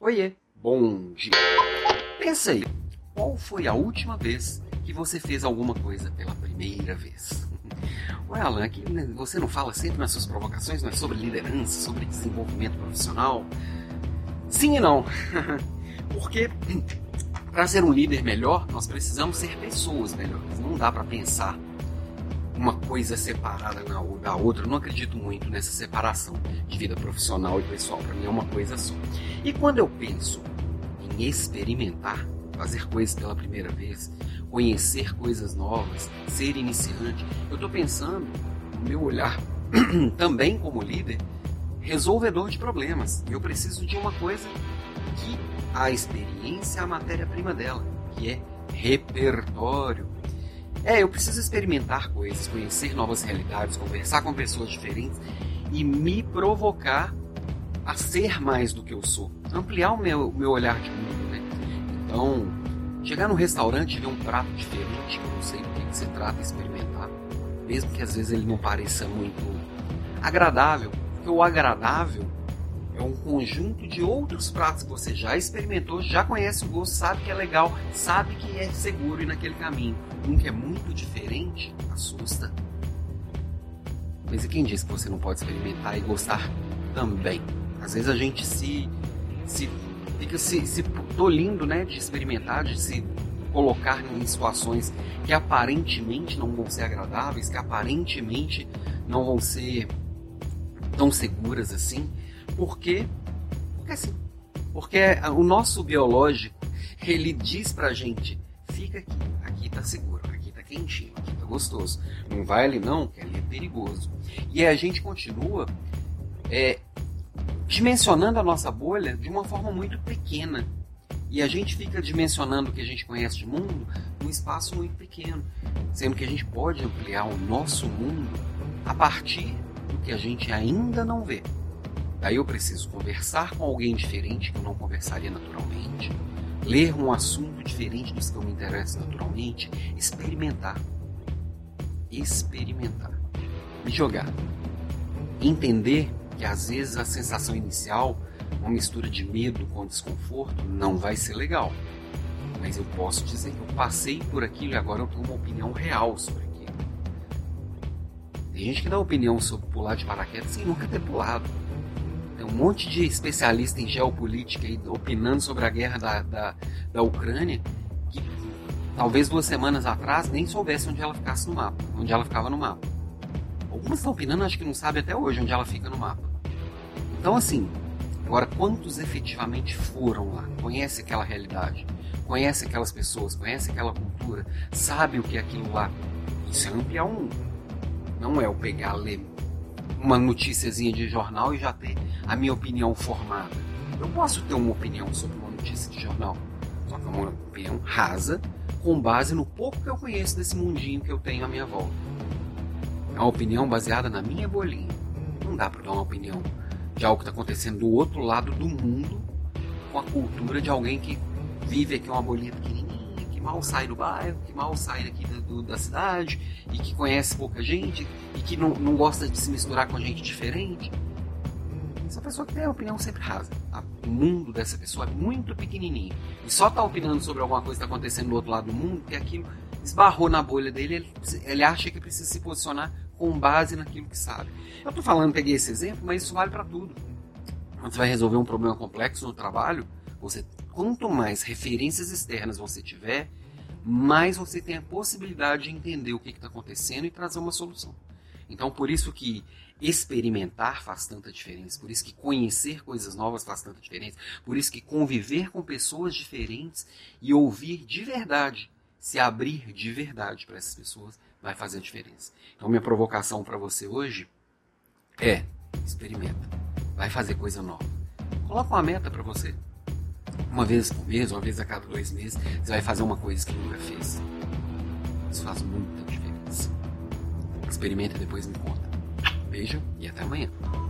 Oiê, bom dia. Pensa aí, qual foi a última vez que você fez alguma coisa pela primeira vez? Ué, Alan, aqui você não fala sempre nas suas provocações, não é sobre liderança, sobre desenvolvimento profissional? Sim e não. Porque para ser um líder melhor, nós precisamos ser pessoas melhores. Não dá para pensar uma coisa separada da outra. Eu não acredito muito nessa separação de vida profissional e pessoal. Para mim é uma coisa só. E quando eu penso em experimentar, fazer coisas pela primeira vez, conhecer coisas novas, ser iniciante, eu estou pensando, no meu olhar também como líder, resolvedor de problemas. Eu preciso de uma coisa que a experiência é a matéria-prima dela, que é repertório. Eu preciso experimentar coisas, conhecer novas realidades, conversar com pessoas diferentes e me provocar a ser mais do que eu sou. Ampliar o meu olhar de mundo, né? Então, chegar num restaurante e ver um prato diferente, que eu não sei do que se trata, experimentar. Mesmo que às vezes ele não pareça muito agradável. Porque o agradável é um conjunto de outros pratos que você já experimentou, já conhece o gosto, sabe que é legal, sabe que é seguro ir naquele caminho. Um que é muito diferente, assusta. Mas e quem disse que você não pode experimentar e gostar também? Às vezes a gente fica se tolindo, né, de experimentar, de se colocar em situações que aparentemente não vão ser agradáveis, que aparentemente não vão ser tão seguras assim. Por quê? Porque o nosso biológico, ele diz pra gente, fica aqui tá seguro, aqui tá quentinho, aqui tá gostoso. Não vai ali não, que ali é perigoso. E aí a gente continua dimensionando a nossa bolha de uma forma muito pequena. E a gente fica dimensionando o que a gente conhece de mundo num espaço muito pequeno. Sendo que a gente pode ampliar o nosso mundo a partir do que a gente ainda não vê. Daí eu preciso conversar com alguém diferente que eu não conversaria naturalmente, ler um assunto diferente dos que eu me interesso naturalmente, experimentar, me jogar, entender que às vezes a sensação inicial, uma mistura de medo com desconforto, não vai ser legal, mas eu posso dizer que eu passei por aquilo e agora eu tenho uma opinião real sobre aquilo. Tem gente que dá opinião sobre pular de paraquedas sem nunca ter pulado. Tem um monte de especialista em geopolítica aí opinando sobre a guerra da Ucrânia que talvez 2 semanas atrás nem soubesse onde ela ficava no mapa. Algumas estão opinando, acho que não sabem até hoje onde ela fica no mapa. Então assim, agora quantos efetivamente foram lá? Conhece aquela realidade? Conhece aquelas pessoas? Conhece aquela cultura? Sabe o que é aquilo lá? Isso é ampliar o mundo. Não é eu pegar, ler uma noticiazinha de jornal e já ter a minha opinião formada. Eu posso ter uma opinião sobre uma notícia de jornal, só que é uma opinião rasa, com base no pouco que eu conheço desse mundinho que eu tenho à minha volta. É uma opinião baseada na minha bolinha. Não dá para dar uma opinião de algo que está acontecendo do outro lado do mundo com a cultura de alguém que vive aqui uma bolinha pequenininha, que mal sai do bairro, que mal sai daqui da cidade e que conhece pouca gente e que não gosta de se misturar com gente diferente. Essa pessoa que tem a opinião sempre rasa. O mundo dessa pessoa é muito pequenininho e só está opinando sobre alguma coisa que está acontecendo do outro lado do mundo porque aquilo esbarrou na bolha dele, ele acha que precisa se posicionar com base naquilo que sabe. Eu estou falando, peguei esse exemplo, mas isso vale para tudo. Quando você vai resolver um problema complexo no trabalho, quanto mais referências externas você tiver, mais você tem a possibilidade de entender o que está acontecendo e trazer uma solução. Então, por isso que experimentar faz tanta diferença, por isso que conhecer coisas novas faz tanta diferença, por isso que conviver com pessoas diferentes e ouvir de verdade, se abrir de verdade para essas pessoas, vai fazer a diferença. Então, minha provocação para você hoje é: experimenta, vai fazer coisa nova. Coloca uma meta para você. Uma vez por mês, uma vez a cada 2 meses, você vai fazer uma coisa que nunca fez. Isso faz muita diferença. Experimenta e depois me conta. Beijo e até amanhã.